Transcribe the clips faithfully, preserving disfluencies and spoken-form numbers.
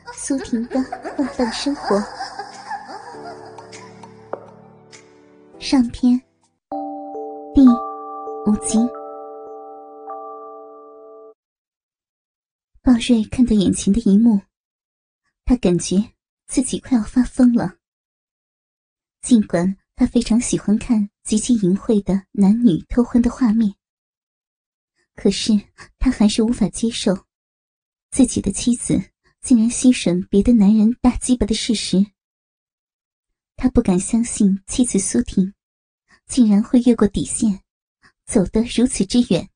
苏婷的浪荡生活上篇第五集。鲍瑞看到眼前的一幕，他感觉自己快要发疯了。尽管他非常喜欢看极其淫秽的男女偷欢的画面，可是他还是无法接受自己的妻子竟然吸吮别的男人大鸡巴的事实。他不敢相信妻子苏婷竟然会越过底线，走得如此之远。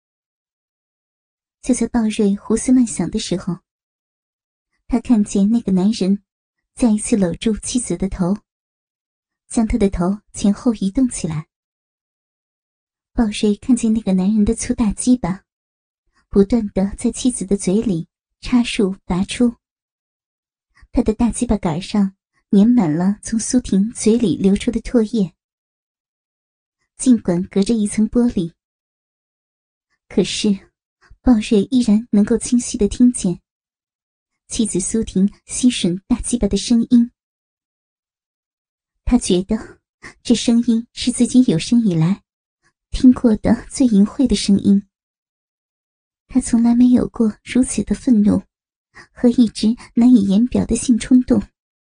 就在鲍瑞胡思乱想的时候，他看见那个男人再一次搂住妻子的头，将她的头前后移动起来。鲍瑞看见那个男人的粗大鸡巴不断地在妻子的嘴里插入拔出，他的大鸡巴杆上粘满了从苏婷嘴里流出的唾液。尽管隔着一层玻璃，可是鲍瑞依然能够清晰地听见妻子苏婷吸吮大鸡巴的声音。他觉得这声音是自己有生以来听过的最淫秽的声音。他从来没有过如此的愤怒和一直难以言表的性冲动。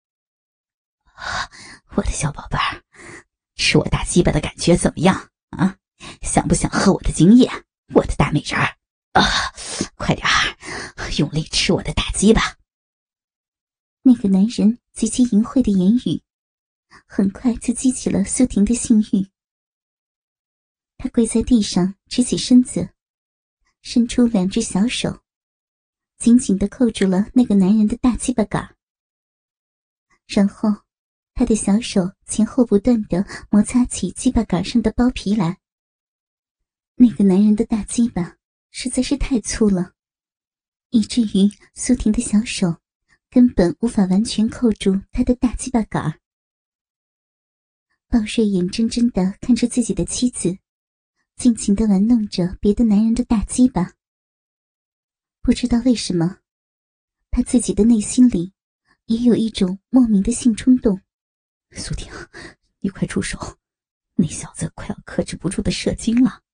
我的小宝贝儿，吃我大鸡巴的感觉怎么样啊？想不想喝我的精液，我的大美人儿啊？快点儿用力吃我的大鸡巴。 那个男人极其淫秽的言语很快就激起了苏婷的性欲。她跪在地上，直起身子，伸出两只小手，紧紧地扣住了那个男人的大鸡巴杆，然后她的小手前后不断地摩擦起鸡巴杆上的包皮来。那个男人的大鸡巴实在是太粗了，以至于苏婷的小手根本无法完全扣住他的大鸡巴杆。鲍瑞眼睁睁地看着自己的妻子尽情地玩弄着别的男人的大鸡巴，不知道为什么他自己的内心里也有一种莫名的性冲动。 苏婷，你快住手，那小子快要克制不住的射精了。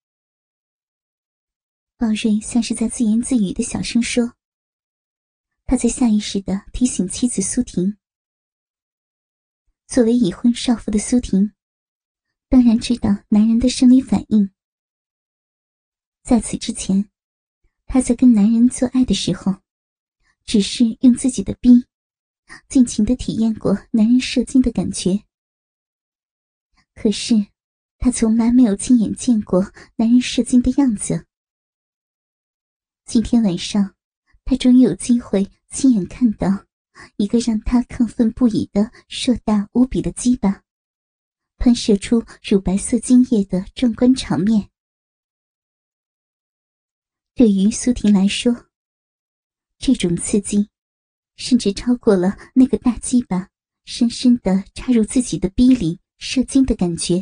鲍瑞像是在自言自语的小声说，他在下意识地提醒妻子苏婷。作为已婚少妇的苏婷当然知道男人的生理反应。在此之前，她在跟男人做爱的时候只是用自己的逼尽情地体验过男人射精的感觉，可是她从来没有亲眼见过男人射精的样子。今天晚上她终于有机会亲眼看到一个让她亢奋不已的硕大无比的鸡巴喷射出乳白色精液的壮观场面。对于苏婷来说，这种刺激甚至超过了那个大鸡巴深深地插入自己的逼里射精的感觉。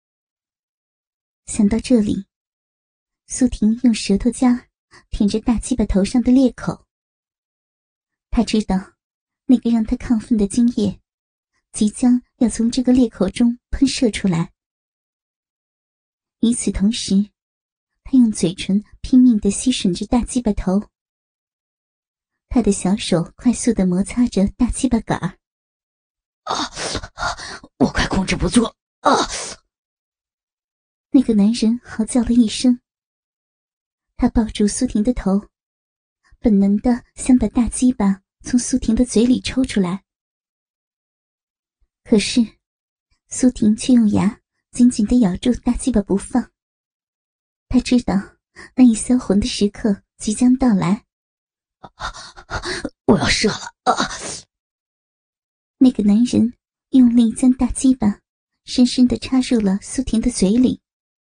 想到这里，苏婷用舌头尖儿舔着大鸡巴头上的裂口。她知道那个让她亢奋的精液即将要从这个裂口中喷射出来。与此同时，她用嘴唇拼命地吸吮着大鸡巴头。她的小手快速地摩擦着大鸡巴杆儿。 啊！我快控制不住了啊！ 那个男人嚎叫了一声，他抱住苏婷的头，本能地想把大鸡巴从苏婷的嘴里抽出来。可是苏婷却用牙紧紧地咬住大鸡巴不放。他知道那一销魂的时刻即将到来。 我要射了啊！ 那个男人用力将大鸡巴深深地插入了苏婷的嘴里。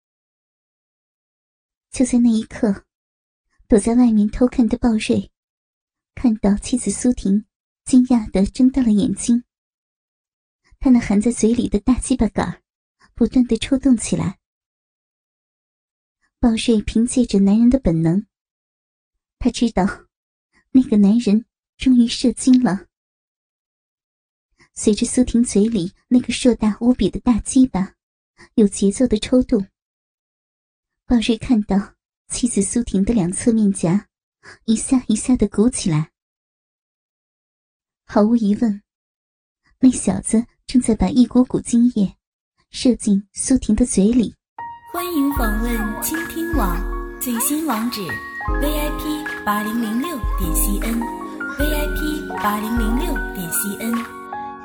就在那一刻，躲在外面偷看的鲍瑞看到妻子苏婷惊讶地睁大了眼睛。他那含在嘴里的大鸡巴杆不断地抽动起来。鲍瑞凭借着男人的本能，他知道那个男人终于射精了。随着苏婷嘴里那个硕大无比的大鸡巴有节奏的抽动，鲍瑞看到妻子苏婷的两侧面颊一下一下地鼓起来。毫无疑问，那小子正在把一股股精液射进苏婷的嘴里。 欢迎访问倾听网，最新网址 V I P 八零零六点 C N V I P 八零零六点 C N。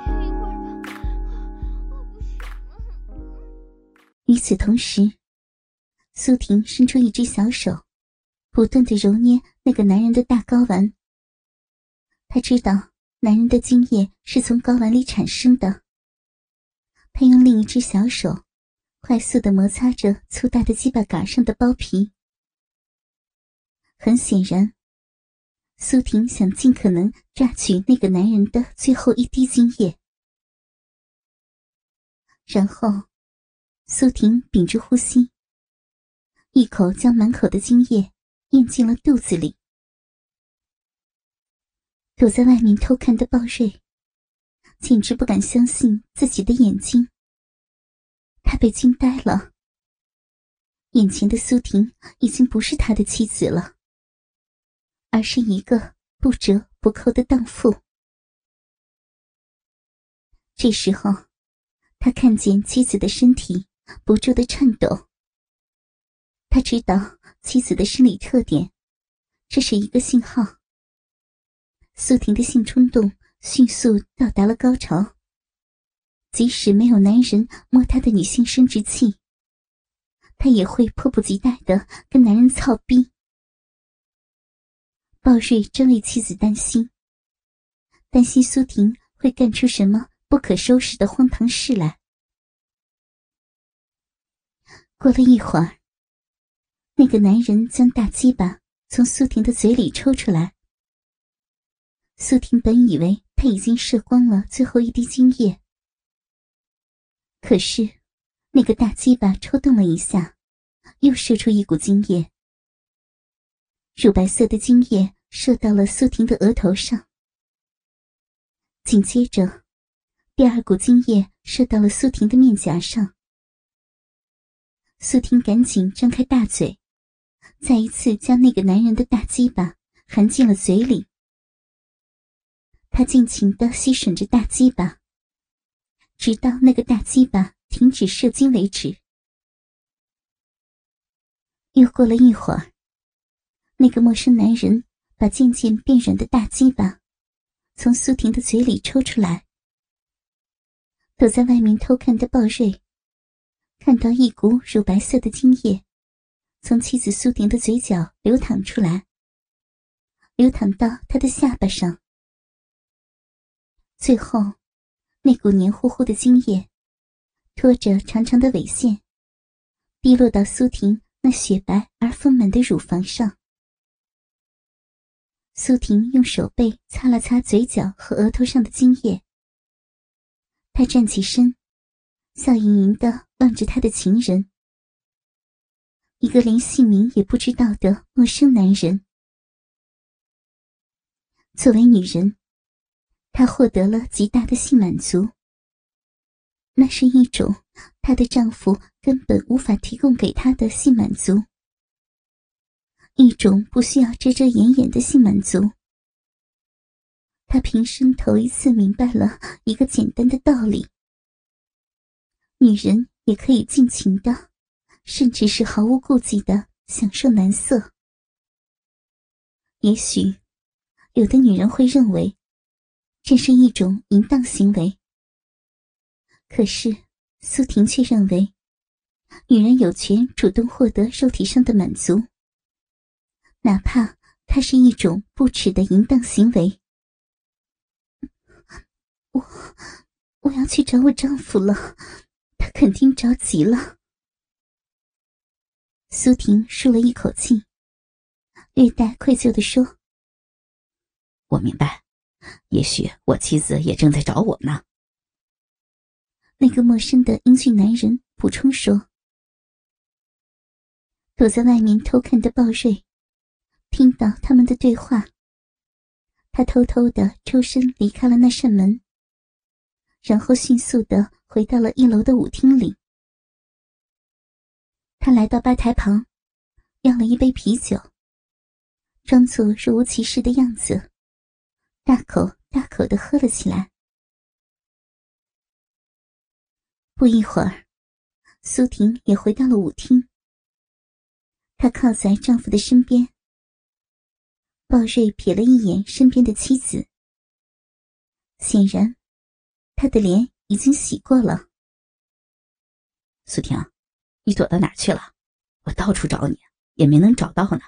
与此同时，苏婷伸出一只小手，不断地揉捏那个男人的大睾丸。她知道男人的精液是从睾丸里产生的。她用另一只小手快速地摩擦着粗大的鸡巴杆上的包皮。很显然，苏婷想尽可能榨取那个男人的最后一滴精液。然后苏婷屏住呼吸，一口将满口的精液咽进了肚子里。躲在外面偷看的鲍瑞简直不敢相信自己的眼睛，他被惊呆了。眼前的苏婷已经不是他的妻子了，而是一个不折不扣的荡妇。这时候他看见妻子的身体不住地颤抖。他知道妻子的生理特点，这是一个信号。苏婷的性冲动迅速到达了高潮，即使没有男人摸她的女性生殖器，她也会迫不及待地跟男人操逼。鲍瑞真为妻子担心，担心苏婷会干出什么不可收拾的荒唐事来。过了一会儿，那个男人将大鸡巴从苏婷的嘴里抽出来。苏婷本以为他已经射光了最后一滴精液，可是那个大鸡巴抽动了一下，又射出一股精液。乳白色的精液射到了苏婷的额头上，紧接着第二股精液射到了苏婷的面颊上。苏婷赶紧张开大嘴，再一次将那个男人的大鸡巴含进了嘴里。她尽情地吸吮着大鸡巴，直到那个大鸡巴停止射精为止。又过了一会儿，那个陌生男人把渐渐变软的大鸡巴从苏婷的嘴里抽出来。躲在外面偷看的鲍瑞看到一股乳白色的精液从妻子苏婷的嘴角流淌出来，流淌到她的下巴上。最后那股黏糊糊的精液拖着长长的尾线滴落到苏婷那雪白而丰满的乳房上。苏婷用手背擦了擦嘴角和额头上的精液，她站起身，笑盈盈地望着她的情人，一个连姓名也不知道的陌生男人。作为女人，她获得了极大的性满足，那是一种她的丈夫根本无法提供给她的性满足，一种不需要遮遮掩掩的性满足。她平生头一次明白了一个简单的道理：女人也可以尽情的，甚至是毫无顾忌的享受男色。也许有的女人会认为这是一种淫荡行为，可是苏婷却认为女人有权主动获得肉体上的满足，哪怕它是一种不耻的淫荡行为。我我要去找我丈夫了，他肯定着急了。苏婷舒了一口气，略带愧疚地说： 我明白，也许我妻子也正在找我呢。 那个陌生的英俊男人补充说。躲在外面偷看的鲍瑞听到他们的对话，他她偷偷地抽身离开了那扇门，然后迅速地回到了一楼的舞厅里。她来到吧台旁，要了一杯啤酒，装作若无其事的样子，大口大口地喝了起来。不一会儿，苏婷也回到了舞厅。她靠在丈夫的身边。鲍瑞瞥了一眼身边的妻子，显然他的脸已经洗过了。 苏婷，你躲到哪儿去了？我到处找你，也没能找到呢。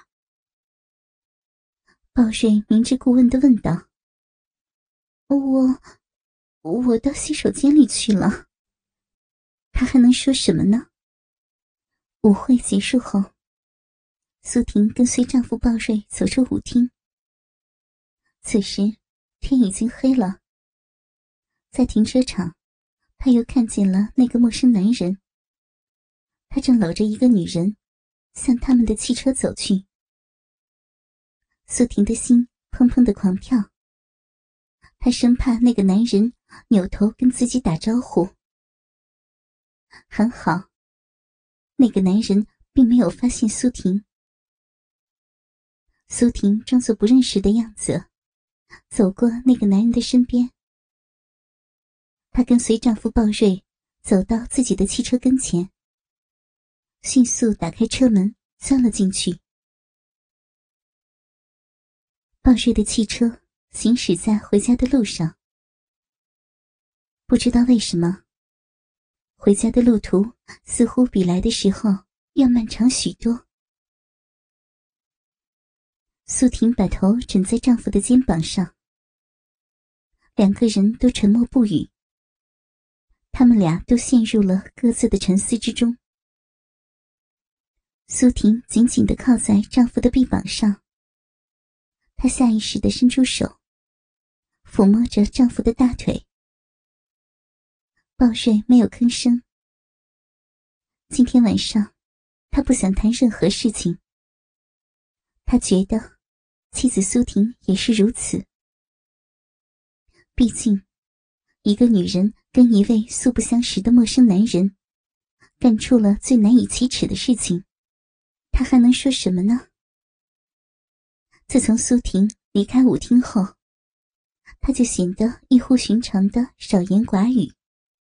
鲍瑞明知故问地问道。我我到洗手间里去了。他还能说什么呢？舞会结束后，苏婷跟随丈夫鲍瑞走出舞厅。此时天已经黑了。在停车场，他又看见了那个陌生男人。他正搂着一个女人向他们的汽车走去。苏婷的心砰砰地狂跳，她生怕那个男人扭头跟自己打招呼。还好那个男人并没有发现苏婷。苏婷装作不认识的样子，走过那个男人的身边。她跟随丈夫鲍瑞走到自己的汽车跟前，迅速打开车门，钻了进去。鲍瑞的汽车行驶在回家的路上。不知道为什么，回家的路途似乎比来的时候要漫长许多。苏婷把头枕在丈夫的肩膀上，两个人都沉默不语。他们俩都陷入了各自的沉思之中。苏婷紧紧地靠在丈夫的臂膀上，她下意识地伸出手，抚摸着丈夫的大腿。鲍瑞没有吭声。今天晚上，他不想谈任何事情。他觉得妻子苏婷也是如此。毕竟一个女人跟一位素不相识的陌生男人干出了最难以启齿的事情，他还能说什么呢？自从苏婷离开舞厅后，他就显得异乎寻常的少言寡语。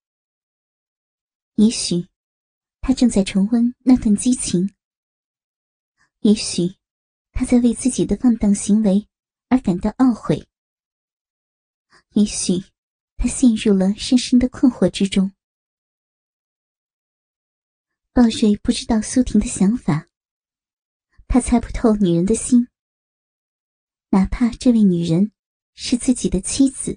也许他正在重温那份激情，也许他在为自己的放荡行为而感到懊悔，也许他陷入了深深的困惑之中。鲍瑞不知道苏婷的想法，他猜不透女人的心，哪怕这位女人是自己的妻子。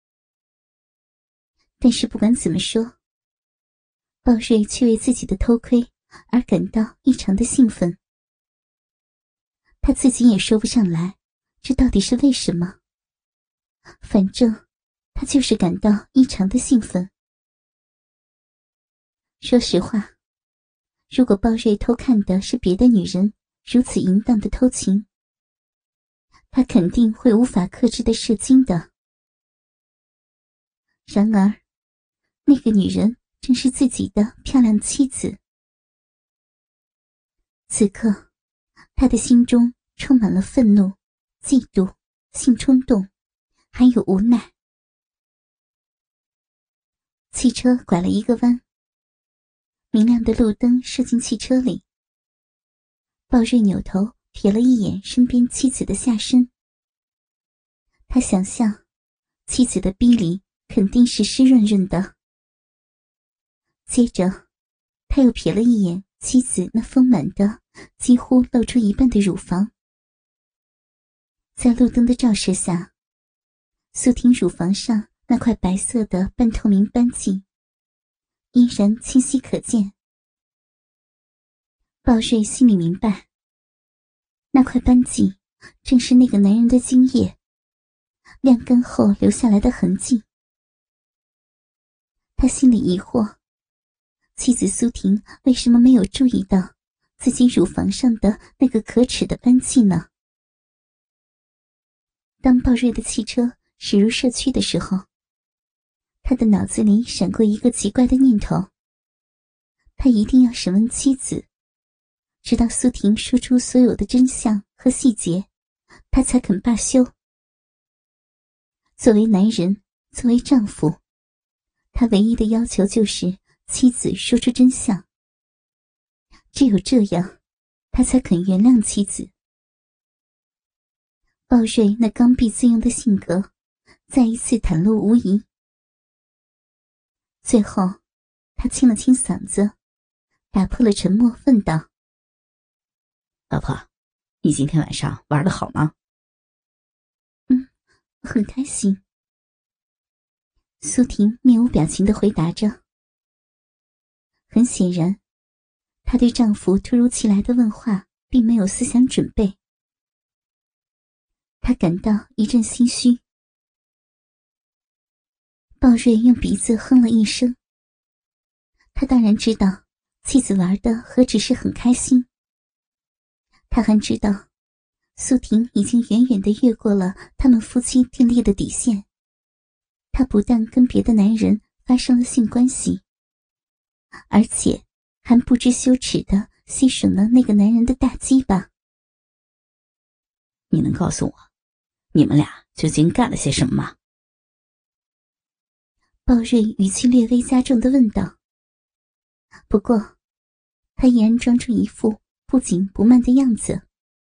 但是不管怎么说，鲍瑞却为自己的偷窥而感到异常的兴奋。他自己也说不上来，这到底是为什么。反正他就是感到异常的兴奋。说实话，如果鲍瑞偷看的是别的女人如此淫荡的偷情，他肯定会无法克制的射精的。然而，那个女人正是自己的漂亮妻子。此刻，他的心中充满了愤怒、嫉妒、性冲动，还有无奈。汽车拐了一个弯，明亮的路灯射进汽车里。鲍瑞扭头瞥了一眼身边妻子的下身，他想象妻子的逼里肯定是湿润润的。接着他又瞥了一眼妻子那丰满的几乎露出一半的乳房。在路灯的照射下，苏婷乳房上那块白色的半透明斑迹依然清晰可见。鲍瑞心里明白，那块斑迹正是那个男人的精液晾干后留下来的痕迹。他心里疑惑，妻子苏婷为什么没有注意到自己乳房上的那个可耻的斑迹呢？ 当鲍瑞的汽车驶入社区的时候，他的脑子里闪过一个奇怪的念头，他一定要审问妻子，直到苏婷说出所有的真相和细节，他才肯罢休。作为男人，作为丈夫，他唯一的要求就是妻子说出真相。只有这样，他才肯原谅妻子。鲍瑞那刚愎自用的性格再一次袒露无遗。最后，他清了清嗓子，打破了沉默，问道： 老婆，你今天晚上玩得好吗？ 嗯，很开心。苏婷面无表情地回答着。很显然，她对丈夫突如其来的问话并没有思想准备。她感到一阵心虚。鲍瑞用鼻子哼了一声。他当然知道妻子玩的何止是很开心，他还知道苏婷已经远远地越过了他们夫妻订立的底线。她不但跟别的男人发生了性关系，而且还不知羞耻地吸吮了那个男人的大鸡巴。 你能告诉我，你们俩究竟干了些什么吗？ 鲍瑞语气略微加重地问道。不过，他依然装出一副不紧不慢的样子。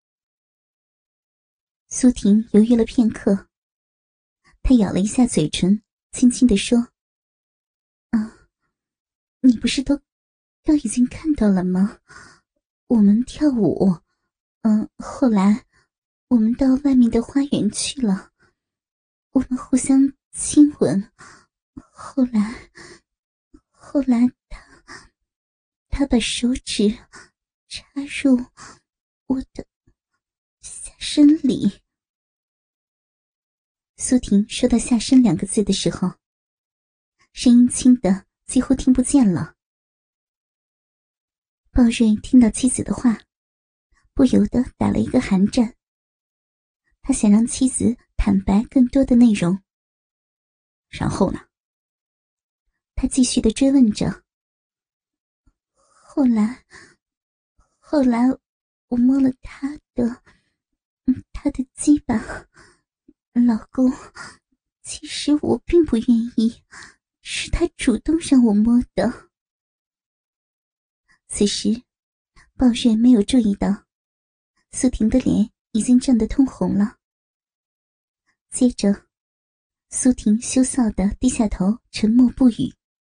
苏婷犹豫了片刻，她咬了一下嘴唇，轻轻地说：啊，你不是都都已经看到了吗？我们跳舞，嗯，后来我们到外面的花园去了，我们互相亲吻，后来后来他他把手指插入我的下身里。苏婷说到下身两个字的时候，声音轻得几乎听不见了。鲍瑞听到妻子的话，不由得打了一个寒战。他想让妻子坦白更多的内容。 然后呢？ 他继续地追问着。后来，后来我摸了他的，嗯，他的鸡巴。老公，其实我并不愿意，是他主动让我摸的。此时，鲍瑞没有注意到，苏婷的脸已经涨得通红了。接着，苏婷羞臊地低下头，沉默不语。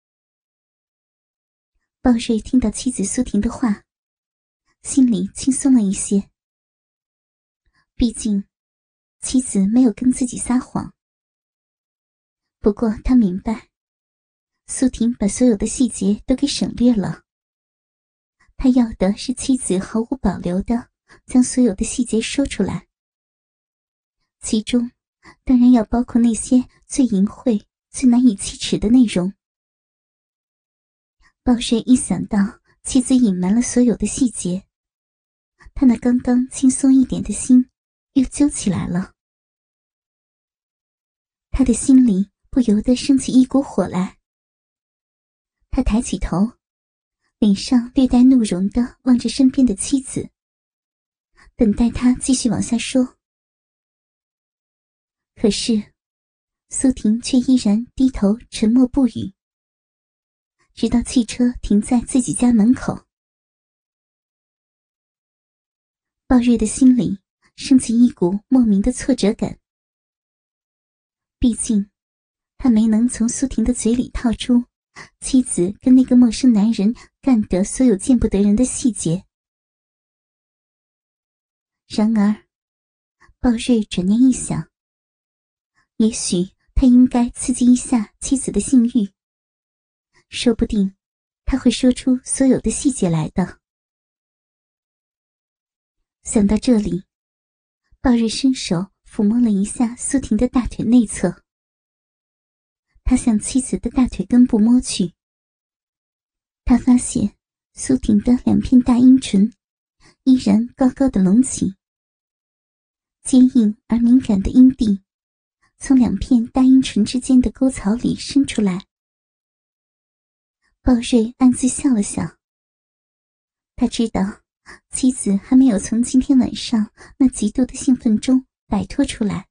鲍瑞听到妻子苏婷的话，心里轻松了一些。毕竟妻子没有跟自己撒谎。不过他明白，苏婷把所有的细节都给省略了。他要的是妻子毫无保留地将所有的细节说出来，其中当然要包括那些最淫秽、最难以启齿的内容。鲍瑞一想到妻子隐瞒了所有的细节，他那刚刚轻松一点的心又揪起来了。他的心里不由得升起一股火来。他抬起头，脸上略带怒容地望着身边的妻子，等待他继续往下说。可是苏婷却依然低头沉默不语，直到汽车停在自己家门口。鲍瑞的心里升起一股莫名的挫折感。毕竟他没能从苏婷的嘴里套出妻子跟那个陌生男人干的所有见不得人的细节。然而鲍瑞转念一想，也许他应该刺激一下妻子的性欲，说不定他会说出所有的细节来的。想到这里，鲍瑞伸手抚摸了一下苏婷的大腿内侧。他向妻子的大腿根部摸去，他发现苏婷的两片大阴唇依然高高的隆起。 坚硬而敏感的阴蒂从两片大阴唇之间的沟槽里伸出来。鲍瑞暗自笑了笑，他知道妻子还没有从今天晚上那极度的兴奋中摆脱出来。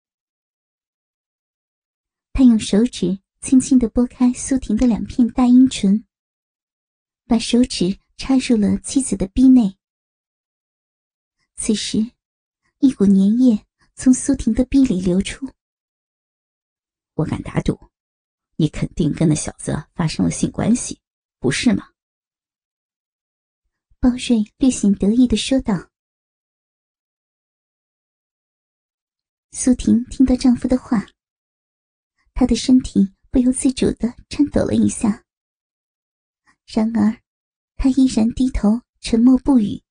他用手指轻轻地拨开苏婷的两片大阴唇，把手指插入了妻子的逼内。此时一股粘液从苏婷的逼里流出。 我敢打赌，你肯定跟那小子发生了性关系，不是吗？ 鲍瑞略显得意地说道。苏婷听到丈夫的话，她的身体不由自主地颤抖了一下，然而她依然低头沉默不语。